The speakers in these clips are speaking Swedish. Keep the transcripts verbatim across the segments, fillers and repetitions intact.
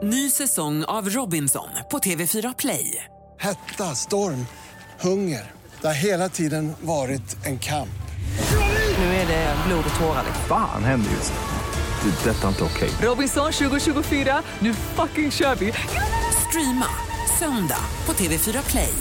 Ny säsong av Robinson på T V fyra Play. Hetta, storm, hunger. Det har hela tiden varit en kamp. Nu är det blod och tårar. Fan händer just det. Det är detta inte okej. Robinson tjugo tjugofyra, nu fucking kör vi. Streama söndag på T V fyra Play.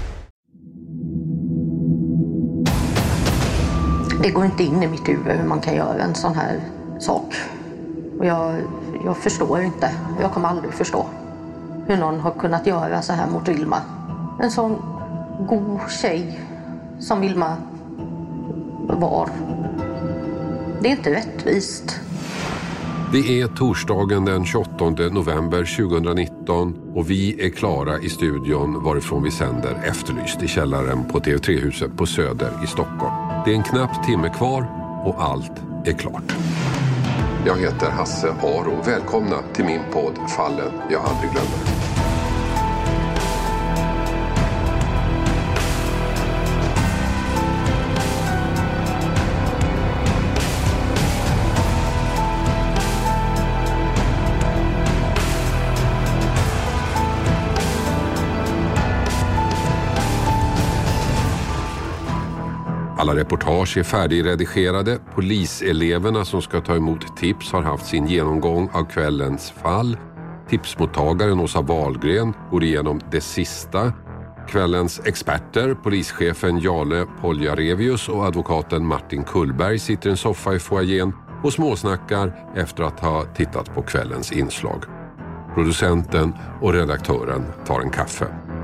Det går inte in i mitt huvud hur man kan göra en sån här sak. Och jag, jag förstår inte. Jag kommer aldrig förstå hur någon har kunnat göra så här mot Vilma. En sån god tjej som Vilma var. Det är inte rättvist. Det är torsdagen den tjugoåttonde november tjugonitton och vi är klara i studion varifrån vi sänder Efterlyst i källaren på T V tre-huset på Söder i Stockholm. Det är en knapp timme kvar och allt är klart. Jag heter Hasse Aro. Välkomna till min podd Fallen jag aldrig glömmer. Alla reportage är färdigredigerade. Poliseleverna som ska ta emot tips har haft sin genomgång av kvällens fall. Tipsmottagaren Åsa Wahlgren går igenom det sista. Kvällens experter, polischefen Jarle Poljarevius och advokaten Martin Kullberg sitter i en soffa i foajén och småsnackar efter att ha tittat på kvällens inslag. Producenten och redaktören tar en kaffe.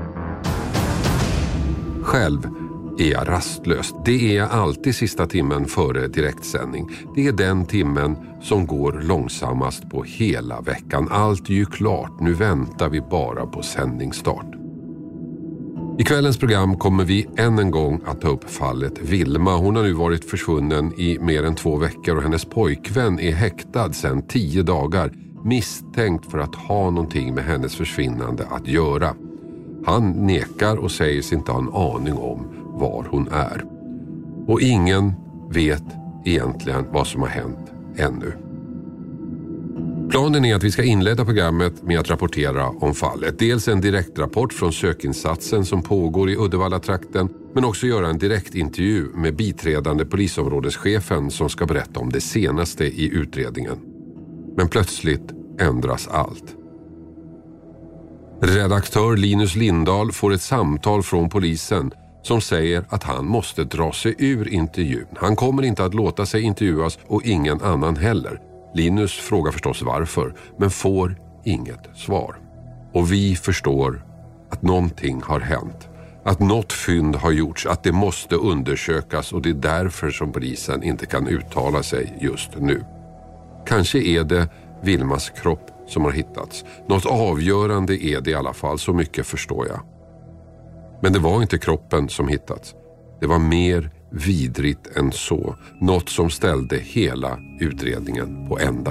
Själv är jag rastlös. Det är jag alltid sista timmen före direktsändning. Det är den timmen som går långsammast på hela veckan. Allt är ju klart. Nu väntar vi bara på sändningsstart. I kvällens program kommer vi än en gång att ta upp fallet Vilma. Hon har nu varit försvunnen i mer än två veckor och hennes pojkvän är häktad sedan tio dagar. Misstänkt för att ha någonting med hennes försvinnande att göra. Han nekar och säger sig inte ha en aning om var hon är. Och ingen vet egentligen vad som har hänt ännu. Planen är att vi ska inleda programmet med att rapportera om fallet. Dels en direktrapport från sökinsatsen som pågår i Uddevalla-trakten, men också göra en direktintervju med biträdande polisområdeschefen som ska berätta om det senaste i utredningen. Men plötsligt ändras allt. Redaktör Linus Lindahl får ett samtal från polisen som säger att han måste dra sig ur intervjun. Han kommer inte att låta sig intervjuas och ingen annan heller. Linus frågar förstås varför, men får inget svar. Och vi förstår att någonting har hänt. Att något fynd har gjorts, att det måste undersökas och det är därför som polisen inte kan uttala sig just nu. Kanske är det Vilmas kropp som har hittats. Något avgörande är det i alla fall, så mycket förstår jag. Men det var inte kroppen som hittats. Det var mer vidrigt än så. Något som ställde hela utredningen på ända.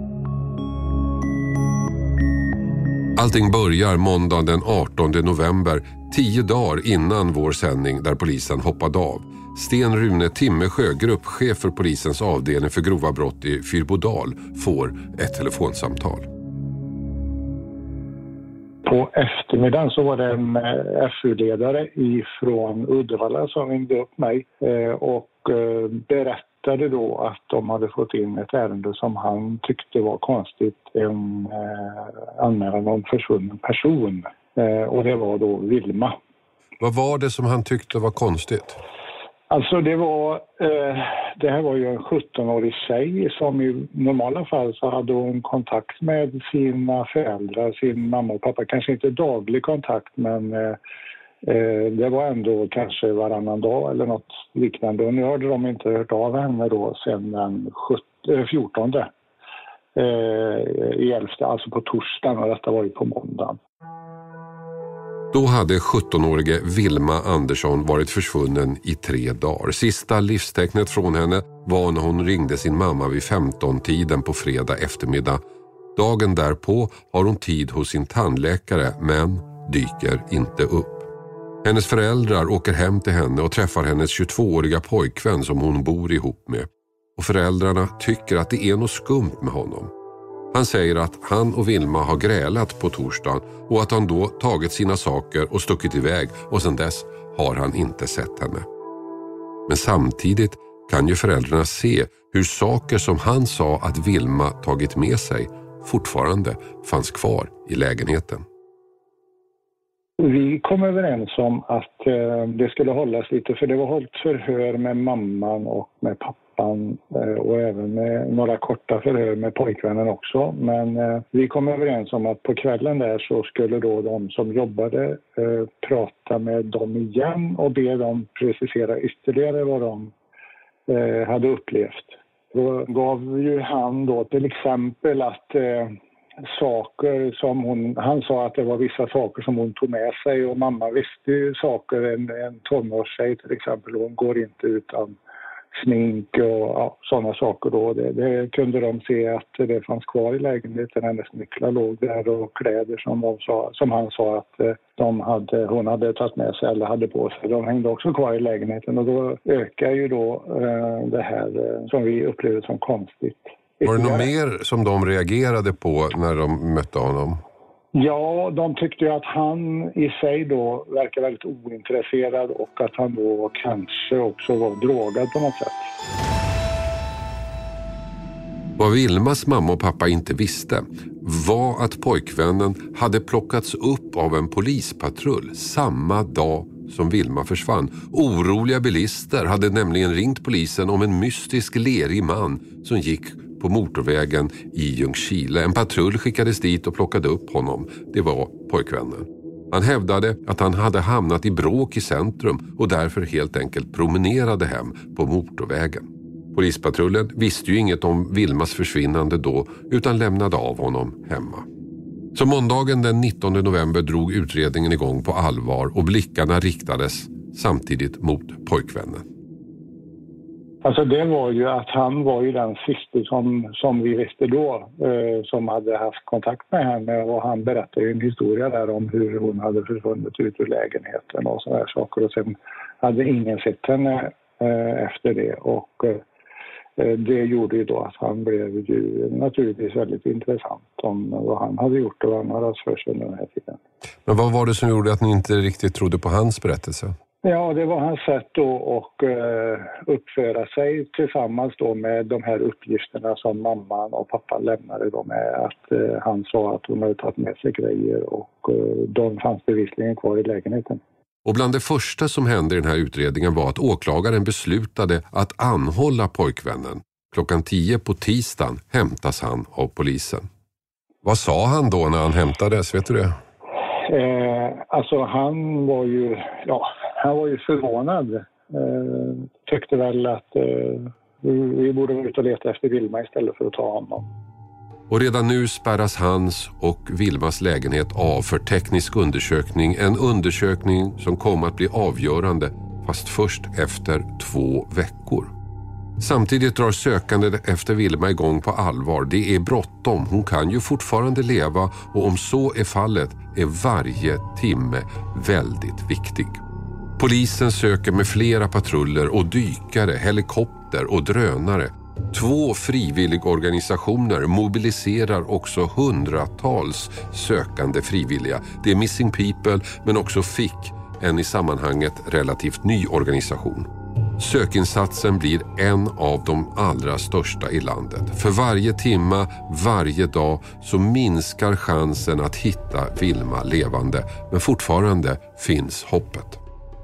Allting börjar måndag den artonde november, tio dagar innan vår sändning där polisen hoppade av. Sten Rune Timmersjö, gruppchef för polisens avdelning för grova brott i Fyrbodal, får ett telefonsamtal. På eftermiddagen så var det en F U-ledare ifrån Uddevalla som ringde upp mig och berättade då att de hade fått in ett ärende som han tyckte var konstigt, en anmälan om försvunnen person, och det var då Vilma. Vad var det som han tyckte var konstigt? Alltså det var, eh, det här var ju en sjuttonårig tjej som i normala fall så hade hon kontakt med sina föräldrar, sin mamma och pappa. Kanske inte daglig kontakt, men eh, det var ändå kanske varannan dag eller något liknande. Och nu hade de inte hört av henne då sedan den fjortonde eh, i elfte, alltså på torsdagen, och detta var ju på måndagen. Då hade sjuttonårige Vilma Andersson varit försvunnen i tre dagar. Sista livstecknet från henne var när hon ringde sin mamma vid femton-tiden på fredag eftermiddag. Dagen därpå har hon tid hos sin tandläkare men dyker inte upp. Hennes föräldrar åker hem till henne och träffar hennes tjugotvååriga pojkvän som hon bor ihop med. Och föräldrarna tycker att det är något skumt med honom. Han säger att han och Vilma har grälat på torsdagen och att han då tagit sina saker och stuckit iväg och sedan dess har han inte sett henne. Men samtidigt kan ju föräldrarna se hur saker som han sa att Vilma tagit med sig fortfarande fanns kvar i lägenheten. Vi kom överens om att eh, det skulle hållas lite, för det var hållit förhör med mamman och med pappan eh, och även med några korta förhör med pojkvännen också. Men eh, vi kom överens om att på kvällen där så skulle då de som jobbade eh, prata med dem igen och be dem precisera ytterligare vad de eh, hade upplevt. Då gav ju han då till exempel att eh, saker som hon, han sa att det var vissa saker som hon tog med sig och mamma visste ju saker, en, en tonårstjej till exempel, hon går inte utan smink och ja, sådana saker då. Det, det kunde de se att det fanns kvar i lägenheten, hennes nycklar låg där och kläder som, de sa, som han sa att de hade, hon hade tagit med sig eller hade på sig. De hängde också kvar i lägenheten och då ökar ju då eh, det här eh, som vi upplevde som konstigt. Var det något mer som de reagerade på när de mötte honom? Ja, de tyckte ju att han i sig då verkar väldigt ointresserad och att han då kanske också var drogad på något sätt. Vad Vilmas mamma och pappa inte visste var att pojkvännen hade plockats upp av en polispatrull samma dag som Vilma försvann. Oroliga bilister hade nämligen ringt polisen om en mystisk lerig man som gick på motorvägen i Ljungskile. En patrull skickades dit och plockade upp honom. Det var pojkvännen. Han hävdade att han hade hamnat i bråk i centrum och därför helt enkelt promenerade hem på motorvägen. Polispatrullen visste ju inget om Vilmas försvinnande då utan lämnade av honom hemma. Så måndagen den nittonde november drog utredningen igång på allvar och blickarna riktades samtidigt mot pojkvännen. Alltså det var ju att han var ju den sista som, som vi visste då eh, som hade haft kontakt med henne och han berättade ju en historia där om hur hon hade försvunnit ut ur lägenheten och sådana här saker och sen hade ingen sett henne eh, efter det och eh, det gjorde ju då att han blev ju naturligtvis väldigt intressant om vad han hade gjort och vad han hade haft för sig under den här tiden. Men vad var det som gjorde att ni inte riktigt trodde på hans berättelse? Ja, det var hans sätt då att uh, uppföra sig tillsammans då med de här uppgifterna som mamman och pappan lämnade då med att uh, han sa att hon hade tagit med sig grejer och uh, de fanns bevisligen kvar i lägenheten. Och bland det första som hände i den här utredningen var att åklagaren beslutade att anhålla pojkvännen. Klockan tio på tisdagen hämtas han av polisen. Vad sa han då när han hämtades, vet du det? Eh, alltså han var ju, ja, han var ju förvånad. Eh, tyckte väl att eh, vi, vi borde vara ute och leta efter Vilma istället för att ta honom. Och redan nu spärras hans och Vilmas lägenhet av för teknisk undersökning. En undersökning som kommer att bli avgörande fast först efter två veckor. Samtidigt drar sökandet efter Vilma igång på allvar. Det är bråttom. Hon kan ju fortfarande leva och om så är fallet är varje timme väldigt viktig. Polisen söker med flera patruller och dykare, helikopter och drönare. Två frivilligorganisationer mobiliserar också hundratals sökande frivilliga. Det är Missing People men också F I C, en i sammanhanget relativt ny organisation. Sökinsatsen blir en av de allra största i landet. För varje timma, varje dag så minskar chansen att hitta Vilma levande. Men fortfarande finns hoppet.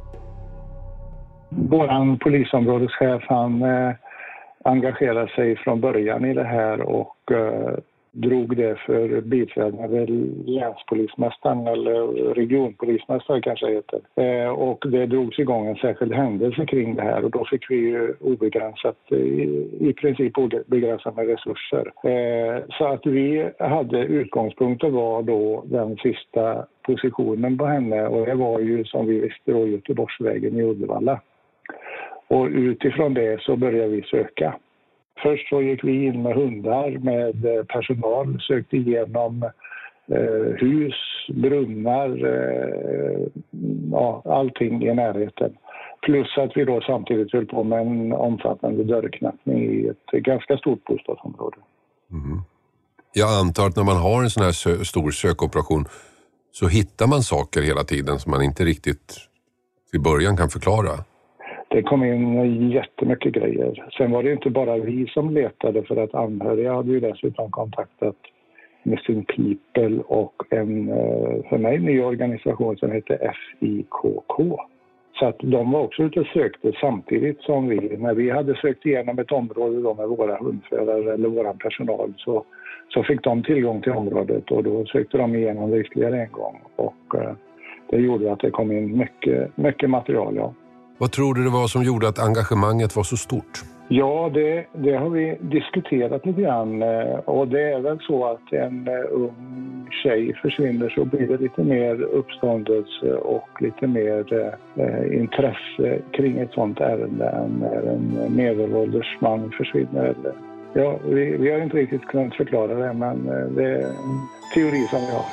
Våran polisområdeschef han eh, engagerade sig från början i det här och eh, drog det för biträdande länspolismästaren eller regionpolismästaren kanske heter. Eh, och det drogs igång en särskild händelse kring det här och då fick vi ju obegränsat, i, i princip obegränsat med resurser. Eh, så att vi hade utgångspunkten var då den sista positionen på henne och det var ju som vi visste då Göteborgsvägen i Uddevalla. Och utifrån det så började vi söka. Först så gick vi in med hundar, med personal, sökte igenom eh, hus, brunnar, eh, ja, allting i närheten. Plus att vi då samtidigt höll på med en omfattande dörrknackning i ett ganska stort bostadsområde. Mm. Jag antar att när man har en sån här sö- stor sökoperation så hittar man saker hela tiden som man inte riktigt i början kan förklara. Det kom in jättemycket grejer. Sen var det inte bara vi som letade, för att anhöriga hade ju dessutom kontaktat Missing People och en för mig ny organisation som heter F I K K. Så att de var också ute och sökte samtidigt som vi. När vi hade sökt igenom ett område då med våra hundförare eller vår personal så, så fick de tillgång till området och då sökte de igenom det ytterligare en gång. Och eh, det gjorde att det kom in mycket, mycket material, ja. Vad tror du det var som gjorde att engagemanget var så stort? Ja, det, det har vi diskuterat lite grann och det är väl så att en ung tjej försvinner så blir det lite mer uppståndelse och lite mer eh, intresse kring ett sånt ärende än när en medelålders man försvinner. Ja, vi, vi har inte riktigt kunnat förklara det, men det är en teori som vi har.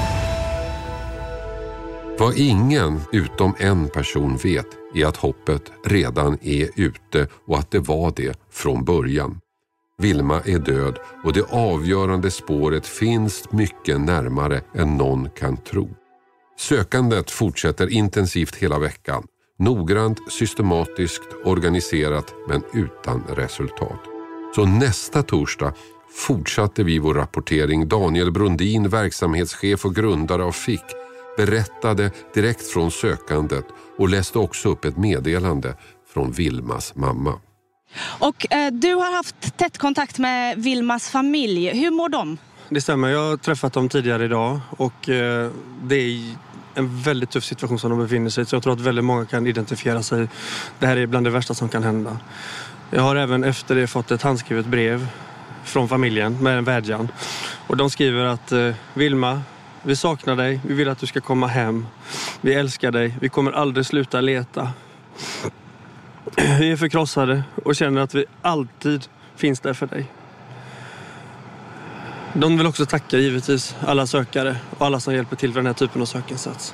Vad ingen utom en person vet är att hoppet redan är ute och att det var det från början. Vilma är död och det avgörande spåret finns mycket närmare än någon kan tro. Sökandet fortsätter intensivt hela veckan. Noggrant, systematiskt, organiserat men utan resultat. Så nästa torsdag fortsatte vi vår rapportering. Daniel Brundin, verksamhetschef och grundare av F I K, berättade direkt från sökandet och läste också upp ett meddelande från Vilmas mamma. Och eh, du har haft tätt kontakt med Vilmas familj. Hur mår de? Det stämmer, jag har träffat dem tidigare idag och eh, det är en väldigt tuff situation som de befinner sig i. Så jag tror att väldigt många kan identifiera sig. Det här är bland det värsta som kan hända. Jag har även efter det fått ett handskrivet brev från familjen med en vädjan. Och de skriver att eh, Vilma, vi saknar dig, vi vill att du ska komma hem. Vi älskar dig, vi kommer aldrig sluta leta. Vi är förkrossade och känner att vi alltid finns där för dig. De vill också tacka givetvis alla sökare och alla som hjälper till för den här typen av sökinsats.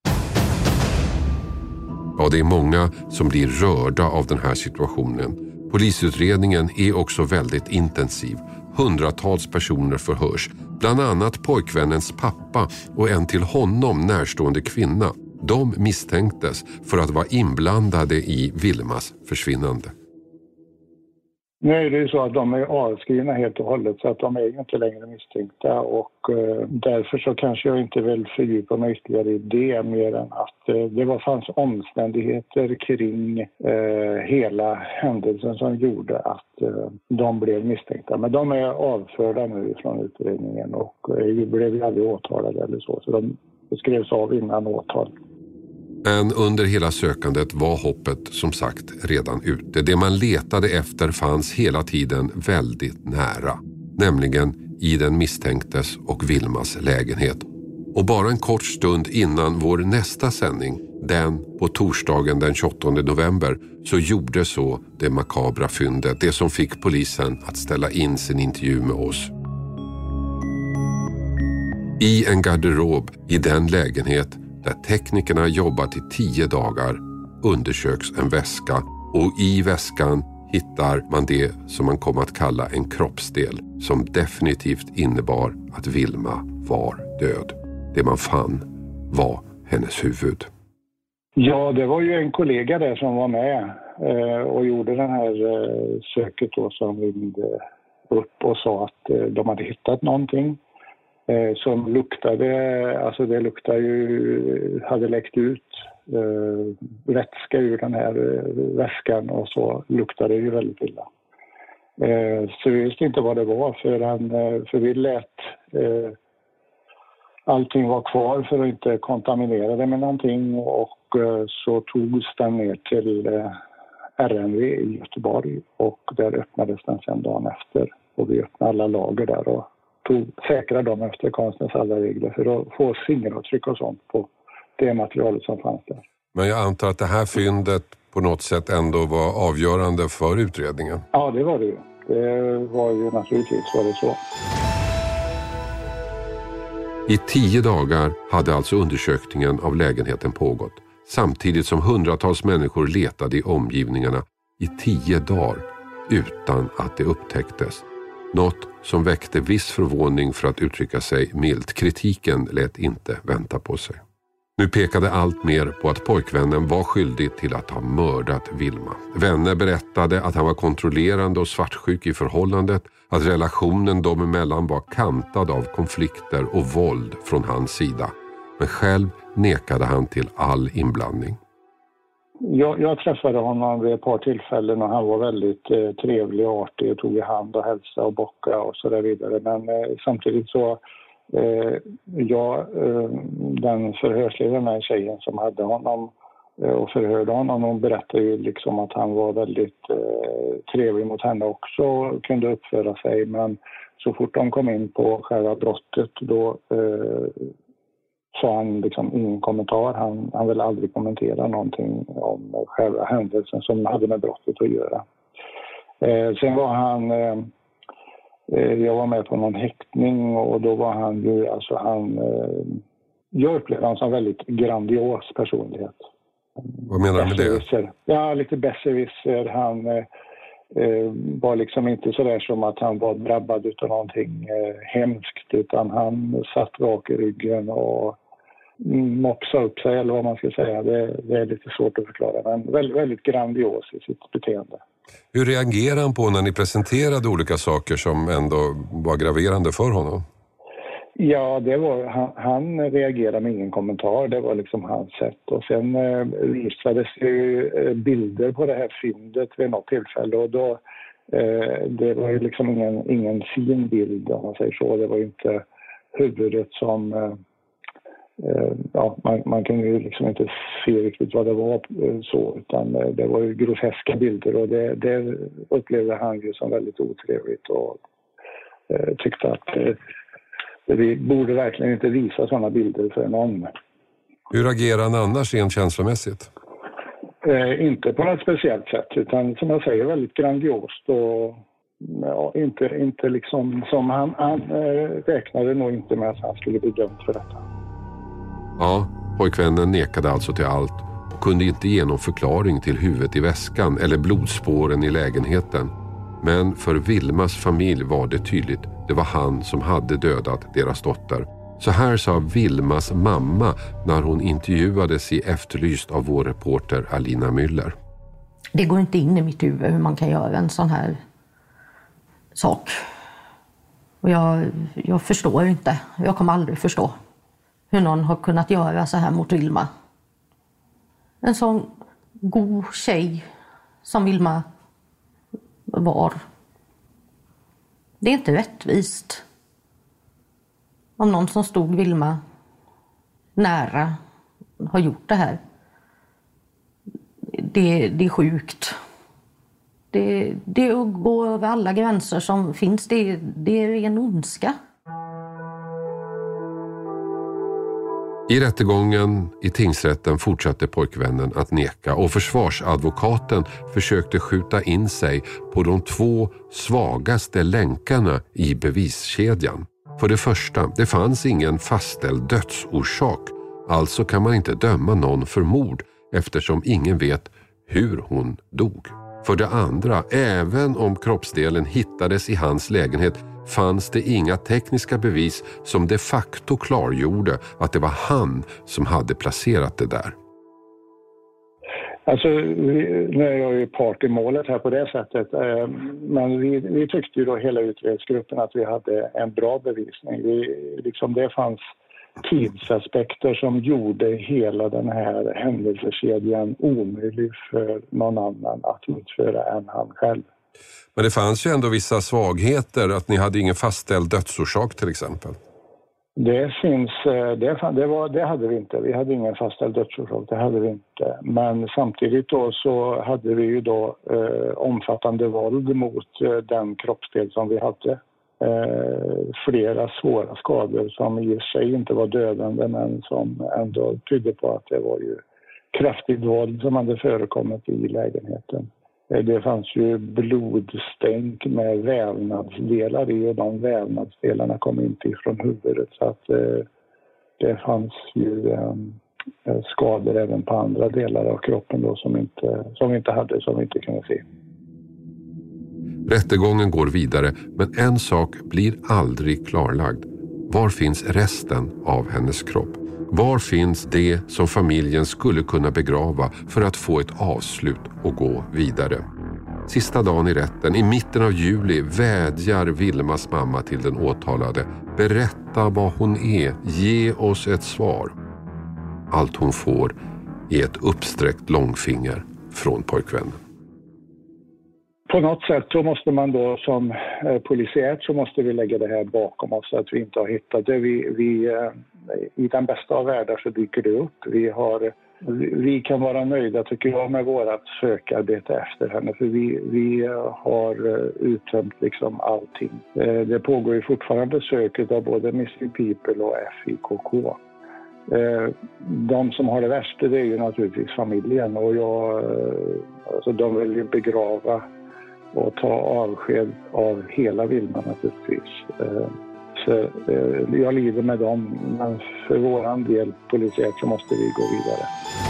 Ja, det är många som blir rörda av den här situationen. Polisutredningen är också väldigt intensiv. Hundratals personer förhörs. Bland annat pojkvännens pappa och en till honom närstående kvinna. De misstänktes för att vara inblandade i Vilmas försvinnande. Nu är det ju så att de är avskrivna helt och hållet så att de är inte längre misstänkta och eh, därför så kanske jag inte vill fördjupa mig ytterligare i det mer än att eh, det var fanns omständigheter kring eh, hela händelsen som gjorde att eh, de blev misstänkta. Men de är avförda nu från utredningen och eh, blev ju aldrig åtalade eller så, så de skrevs av innan åtal. Men under hela sökandet var hoppet som sagt redan ute. Det man letade efter fanns hela tiden väldigt nära. Nämligen i den misstänktes och Vilmas lägenhet. Och bara en kort stund innan vår nästa sändning, den på torsdagen den tjugoåttonde november, så gjorde så det makabra fyndet. Det som fick polisen att ställa in sin intervju med oss. I en garderob i den lägenhet där teknikerna jobbar till tio dagar undersöks en väska och i väskan hittar man det som man kommer att kalla en kroppsdel som definitivt innebar att Vilma var död. Det man fann var hennes huvud. Ja, det var ju en kollega där som var med eh, och gjorde den här eh, söket då som ringde upp och sa att eh, de hade hittat någonting. Som luktade, alltså det luktade ju, hade läckt ut eh, vätska ur den här eh, väskan och så luktade det ju väldigt illa. Eh, så vi visste inte vad det var förrän, eh, för vi lät eh, allting var kvar för att inte kontaminera det med någonting och eh, så togs den ner till eh, R N V i Göteborg och där öppnades den sen dagen efter och vi öppnade alla lager där och tog, säkra dem efter konstens alla regler för att få fingeravtryck och sånt på det materialet som fanns där. Men jag antar att det här fyndet på något sätt ändå var avgörande för utredningen? Ja, det var det ju. Det var ju naturligtvis var det så. I tio dagar hade alltså undersökningen av lägenheten pågått. Samtidigt som hundratals människor letade i omgivningarna i tio dagar utan att det upptäcktes. Något som väckte viss förvåning för att uttrycka sig milt. Kritiken lät inte vänta på sig. Nu pekade allt mer på att pojkvännen var skyldig till att ha mördat Vilma. Vänner berättade att han var kontrollerande och svartsjuk i förhållandet, att relationen dem emellan var kantad av konflikter och våld från hans sida. Men själv nekade han till all inblandning. Jag, jag träffade honom vid ett par tillfällen och han var väldigt eh, trevlig och artig och tog i hand och hälsa och bocka och så där vidare. Men eh, samtidigt så, eh, jag, eh, den förhörsledaren, den tjejen som hade honom eh, och förhörde honom, hon berättade ju liksom att han var väldigt eh, trevlig mot henne också och kunde uppföra sig. Men så fort de kom in på själva brottet då eh, sa han liksom ingen kommentar. Han, han ville aldrig kommentera någonting om själva händelsen som hade med brottet att göra. Eh, sen var han, eh, jag var med på någon häktning och då var han ju, alltså han, eh, jag upplevde han som en väldigt grandios personlighet. Vad menar du med det? Ja, lite besserwisser. Han eh, var liksom inte så där som att han var drabbad utav någonting eh, hemskt, utan han satt rak i ryggen och mopsade upp sig, eller vad man ska säga. Det, det är lite svårt att förklara, men väldigt, väldigt grandios i sitt beteende. Hur reagerade han på när ni presenterade olika saker som ändå var graverande för honom? Ja, det var, han, han reagerade med ingen kommentar. Det var liksom hans sätt. Och sen eh, visades ju eh, bilder på det här fyndet vid något tillfälle. Och då, eh, det var ju liksom ingen, ingen fin bild, om man säger så. Det var ju inte huvudet som... Eh, eh, ja, man, man kunde ju liksom inte se riktigt vad det var eh, så. Utan eh, det var ju groteska bilder. Och det, det upplevde han ju som väldigt otrevligt. Och eh, tyckte att... Eh, Vi borde verkligen inte visa sådana bilder för någon. Hur agerar han annars rent känslomässigt? Eh, inte på något speciellt sätt, utan som jag säger väldigt grandiost och ja, inte, inte liksom som han, han eh, räknade nog inte med att han skulle bli dömd för detta. Ja, pojkvännen nekade alltså till allt och kunde inte ge någon förklaring till huvudet i väskan eller blodspåren i lägenheten. Men för Vilmas familj var det tydligt. Det var han som hade dödat deras dotter. Så här sa Vilmas mamma när hon intervjuades i Efterlyst av vår reporter Alina Müller. Det går inte in i mitt huvud hur man kan göra en sån här sak. Och jag, jag förstår inte. Jag kommer aldrig förstå hur någon har kunnat göra så här mot Vilma. En sån god tjej som Vilma var. Det är inte rättvist om någon som stod Vilma nära har gjort det här. Det, det är sjukt. Det, det är att gå över alla gränser som finns. Det, det är en ondska. I rättegången i tingsrätten fortsatte pojkvännen att neka och försvarsadvokaten försökte skjuta in sig på de två svagaste länkarna i beviskedjan. För det första, det fanns ingen fastställd dödsorsak, alltså kan man inte döma någon för mord eftersom ingen vet hur hon dog. För det andra, även om kroppsdelen hittades i hans lägenhet fanns det inga tekniska bevis som de facto klargjorde att det var han som hade placerat det där. Alltså, vi, nu är jag ju part i målet här på det sättet. Eh, men vi, vi tyckte ju då hela utredningsgruppen att vi hade en bra bevisning. Vi, liksom det fanns tidsaspekter som gjorde hela den här händelsekedjan omöjlig för någon annan att utföra än han själv. Men det fanns ju ändå vissa svagheter, att ni hade ingen fastställd dödsorsak till exempel. Det finns, det, det, var, det hade vi inte. Vi hade ingen fastställd dödsorsak, det hade vi inte. Men samtidigt då så hade vi ju då eh, omfattande våld mot eh, den kroppsdel som vi hade. Eh, flera svåra skador som i sig inte var dödande men som ändå tydde på att det var ju kraftigt våld som hade förekommit i lägenheten. Det fanns ju blodstänk med vävnadsdelar i och de vävnadsdelarna kom inte ifrån huvudet så att eh, det fanns ju eh, skador även på andra delar av kroppen då som inte, som vi inte hade, som vi inte kunde se. Rättegången går vidare, men en sak blir aldrig klarlagd. Var finns resten av hennes kropp? Var finns det som familjen skulle kunna begrava för att få ett avslut och gå vidare? Sista dagen i rätten, i mitten av juli, vädjar Vilmas mamma till den åtalade. Berätta vad hon är, ge oss ett svar. Allt hon får är ett uppsträckt långfinger från pojkvännen. På något sätt så måste man då som eh, polisiärt så måste vi lägga det här bakom oss så att vi inte har hittat det. Vi, vi, eh, I den bästa av världar så dyker det upp. Vi, har, vi kan vara nöjda tycker jag med vårat sökarbete efter henne för vi, vi har uttömt liksom allting. Eh, det pågår ju fortfarande söket av både Missing People och F I K K. De som har det värsta det är ju naturligtvis familjen och jag, alltså de vill ju begrava och ta avsked av hela Vilma naturligtvis. Så jag lider med dem, men för våran del polisiärt så måste vi gå vidare.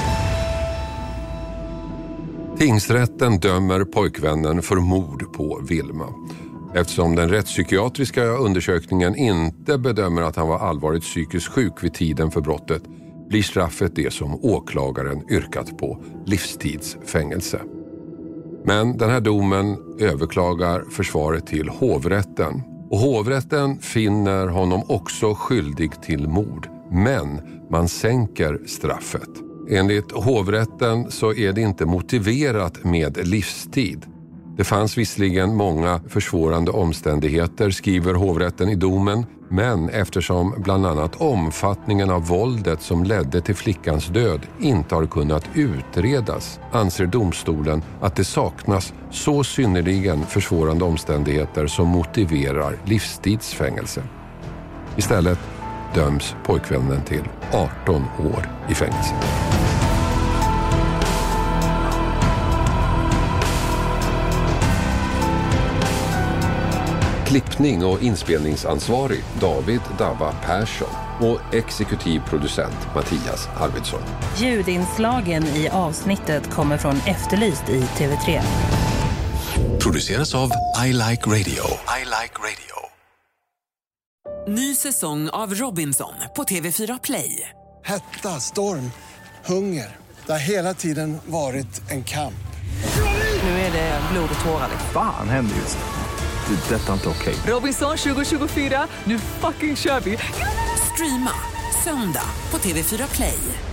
Tingsrätten dömer pojkvännen för mord på Vilma. Eftersom den rättspsykiatriska undersökningen inte bedömer att han var allvarligt psykiskt sjuk vid tiden för brottet blir straffet det som åklagaren yrkat på, livstidsfängelse. Men den här domen överklagar försvaret till hovrätten. Och hovrätten finner honom också skyldig till mord, men man sänker straffet. Enligt hovrätten så är det inte motiverat med livstid. Det fanns visserligen många försvårande omständigheter, skriver hovrätten i domen, men eftersom bland annat omfattningen av våldet som ledde till flickans död inte har kunnat utredas, anser domstolen att det saknas så synnerligen försvårande omständigheter som motiverar livstidsfängelse. Istället döms pojkvännen till arton år i fängelse. Klippning och inspelningsansvarig David Dava Persson och exekutiv producent Mattias Arvidsson. Ljudinslagen i avsnittet kommer från Efterlyst i T V tre. Produceras av I Like Radio. I Like Radio. Ny säsong av Robinson på T V fyra Play. Hetta, storm, hunger. Det har hela tiden varit en kamp. Nu är det blod och tårar. Fan händer just det. Det är detta inte okej. Robinson tjugo tjugofyra, nu fucking kör vi. Streama söndag på T V fyra Play.